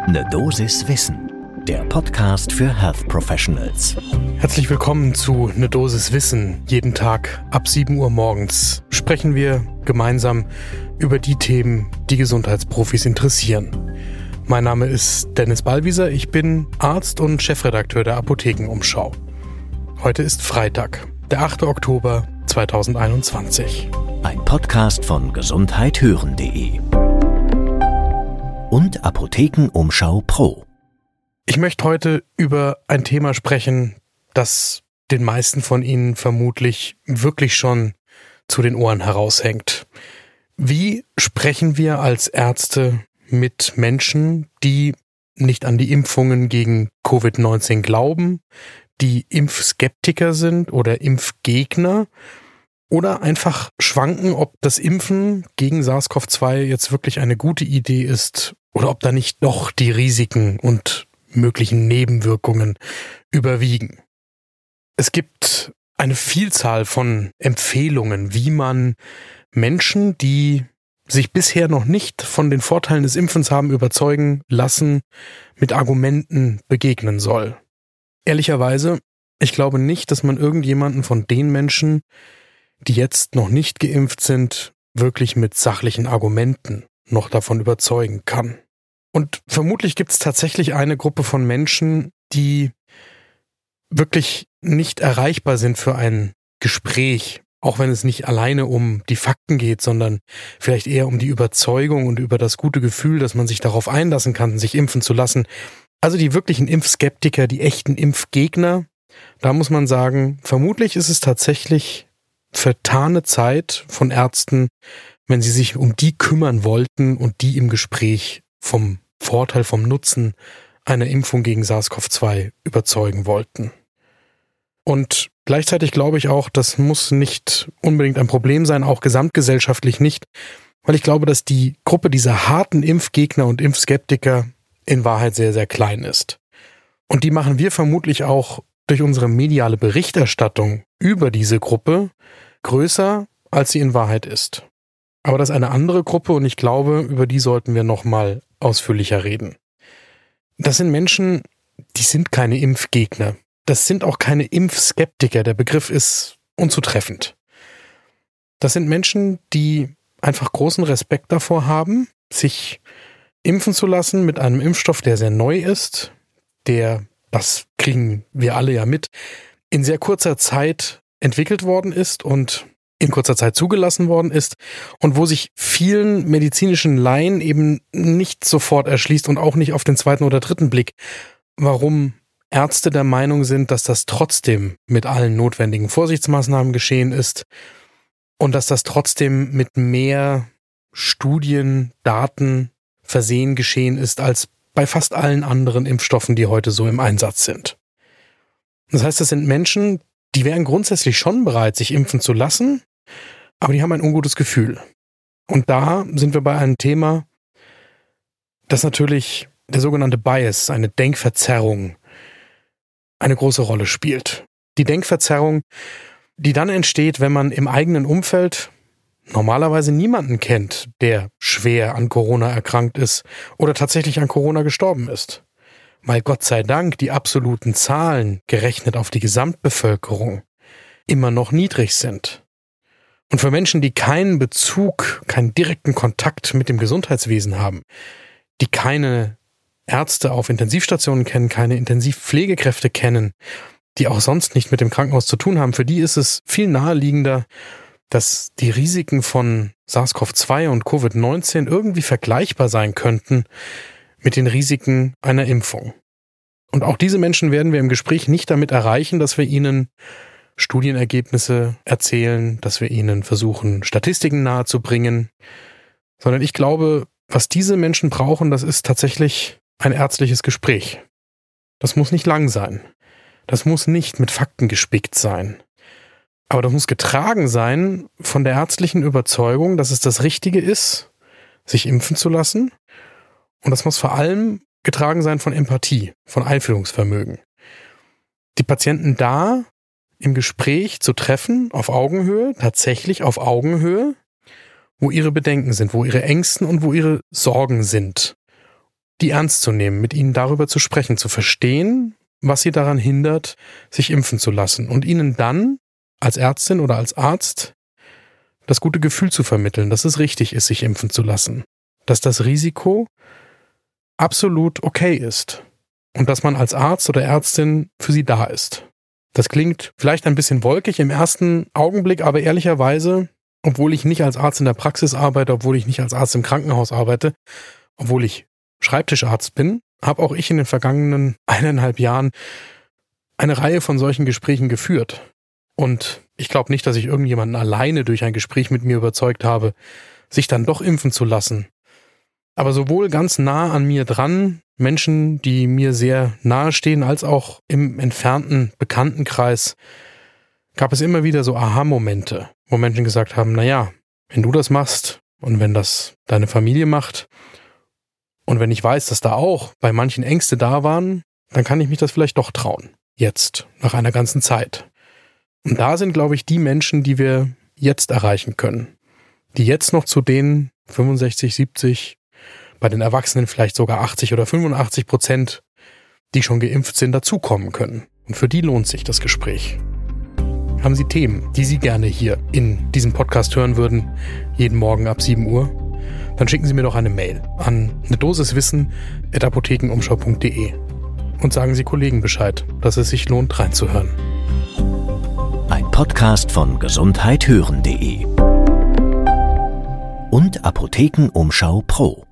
Ne Dosis Wissen, der Podcast für Health Professionals. Herzlich willkommen zu Ne Dosis Wissen. Jeden Tag ab 7 Uhr morgens sprechen wir gemeinsam über die Themen, die Gesundheitsprofis interessieren. Mein Name ist Dennis Ballwieser, ich bin Arzt und Chefredakteur der Apothekenumschau. Heute ist Freitag, der 8. Oktober 2021. Ein Podcast von gesundheithören.de und Apothekenumschau Pro. Ich möchte heute über ein Thema sprechen, das den meisten von Ihnen vermutlich wirklich schon zu den Ohren heraushängt. Wie sprechen wir als Ärzte mit Menschen, die nicht an die Impfungen gegen Covid-19 glauben, die Impfskeptiker sind oder Impfgegner oder einfach schwanken, ob das Impfen gegen SARS-CoV-2 jetzt wirklich eine gute Idee ist oder ob da nicht doch die Risiken und möglichen Nebenwirkungen überwiegen. Es gibt eine Vielzahl von Empfehlungen, wie man Menschen, die sich bisher noch nicht von den Vorteilen des Impfens haben überzeugen lassen, mit Argumenten begegnen soll. Ehrlicherweise, ich glaube nicht, dass man irgendjemanden von den Menschen, die jetzt noch nicht geimpft sind, wirklich mit sachlichen Argumenten noch davon überzeugen kann. Und vermutlich gibt es tatsächlich eine Gruppe von Menschen, die wirklich nicht erreichbar sind für ein Gespräch, auch wenn es nicht alleine um die Fakten geht, sondern vielleicht eher um die Überzeugung und über das gute Gefühl, dass man sich darauf einlassen kann, sich impfen zu lassen. Also die wirklichen Impfskeptiker, die echten Impfgegner, da muss man sagen, vermutlich ist es tatsächlich vertane Zeit von Ärzten, wenn sie sich um die kümmern wollten und die im Gespräch vom Vorteil, vom Nutzen einer Impfung gegen SARS-CoV-2 überzeugen wollten. Und gleichzeitig glaube ich auch, das muss nicht unbedingt ein Problem sein, auch gesamtgesellschaftlich nicht, weil ich glaube, dass die Gruppe dieser harten Impfgegner und Impfskeptiker in Wahrheit sehr, sehr klein ist. Und die machen wir vermutlich auch durch unsere mediale Berichterstattung über diese Gruppe größer, als sie in Wahrheit ist. Aber das ist eine andere Gruppe und ich glaube, über die sollten wir nochmal ausführlicher reden. Das sind Menschen, die sind keine Impfgegner. Das sind auch keine Impfskeptiker. Der Begriff ist unzutreffend. Das sind Menschen, die einfach großen Respekt davor haben, sich impfen zu lassen mit einem Impfstoff, der sehr neu ist, der, das kriegen wir alle ja mit, in sehr kurzer Zeit entwickelt worden ist und in kurzer Zeit zugelassen worden ist und wo sich vielen medizinischen Laien eben nicht sofort erschließt und auch nicht auf den zweiten oder dritten Blick, warum Ärzte der Meinung sind, dass das trotzdem mit allen notwendigen Vorsichtsmaßnahmen geschehen ist und dass das trotzdem mit mehr Studien, Daten versehen geschehen ist als bei fast allen anderen Impfstoffen, die heute so im Einsatz sind. Das heißt, das sind Menschen, die wären grundsätzlich schon bereit, sich impfen zu lassen, aber die haben ein ungutes Gefühl. Und da sind wir bei einem Thema, das natürlich der sogenannte Bias, eine Denkverzerrung, eine große Rolle spielt. Die Denkverzerrung, die dann entsteht, wenn man im eigenen Umfeld normalerweise niemanden kennt, der schwer an Corona erkrankt ist oder tatsächlich an Corona gestorben ist. Weil Gott sei Dank die absoluten Zahlen, gerechnet auf die Gesamtbevölkerung, immer noch niedrig sind. Und für Menschen, die keinen Bezug, keinen direkten Kontakt mit dem Gesundheitswesen haben, die keine Ärzte auf Intensivstationen kennen, keine Intensivpflegekräfte kennen, die auch sonst nicht mit dem Krankenhaus zu tun haben, für die ist es viel naheliegender, dass die Risiken von SARS-CoV-2 und Covid-19 irgendwie vergleichbar sein könnten mit den Risiken einer Impfung. Und auch diese Menschen werden wir im Gespräch nicht damit erreichen, dass wir ihnen Studienergebnisse erzählen, dass wir ihnen versuchen, Statistiken nahezubringen, sondern ich glaube, was diese Menschen brauchen, das ist tatsächlich ein ärztliches Gespräch. Das muss nicht lang sein. Das muss nicht mit Fakten gespickt sein. Aber das muss getragen sein von der ärztlichen Überzeugung, dass es das Richtige ist, sich impfen zu lassen. Und das muss vor allem getragen sein von Empathie, von Einfühlungsvermögen. Die Patienten da im Gespräch zu treffen, auf Augenhöhe, tatsächlich auf Augenhöhe, wo ihre Bedenken sind, wo ihre Ängsten und wo ihre Sorgen sind. die ernst zu nehmen, mit ihnen darüber zu sprechen, zu verstehen, was sie daran hindert, sich impfen zu lassen und ihnen dann als Ärztin oder als Arzt das gute Gefühl zu vermitteln, dass es richtig ist, sich impfen zu lassen, dass das Risiko absolut okay ist und dass man als Arzt oder Ärztin für sie da ist. Das klingt vielleicht ein bisschen wolkig im ersten Augenblick, aber ehrlicherweise, obwohl ich nicht als Arzt in der Praxis arbeite, obwohl ich nicht als Arzt im Krankenhaus arbeite, obwohl ich Schreibtischarzt bin, habe auch ich in den vergangenen 1,5 Jahren eine Reihe von solchen Gesprächen geführt. Und ich glaube nicht, dass ich irgendjemanden alleine durch ein Gespräch mit mir überzeugt habe, sich dann doch impfen zu lassen. Aber sowohl ganz nah an mir dran, Menschen, die mir sehr nahe stehen, als auch im entfernten Bekanntenkreis, gab es immer wieder so Aha-Momente, wo Menschen gesagt haben, naja, wenn du das machst und wenn das deine Familie macht und wenn ich weiß, dass da auch bei manchen Ängste da waren, dann kann ich mich das vielleicht doch trauen. Jetzt, nach einer ganzen Zeit. Und da sind, glaube ich, die Menschen, die wir jetzt erreichen können. Die jetzt noch zu den 65, 70, bei den Erwachsenen vielleicht sogar 80 oder 85%, die schon geimpft sind, dazukommen können. Und für die lohnt sich das Gespräch. Haben Sie Themen, die Sie gerne hier in diesem Podcast hören würden, jeden Morgen ab 7 Uhr? Dann schicken Sie mir doch eine Mail an nedosiswissen@apothekenumschau.de und sagen Sie Kollegen Bescheid, dass es sich lohnt, reinzuhören. Ein Podcast von gesundheithören.de und Apothekenumschau Pro.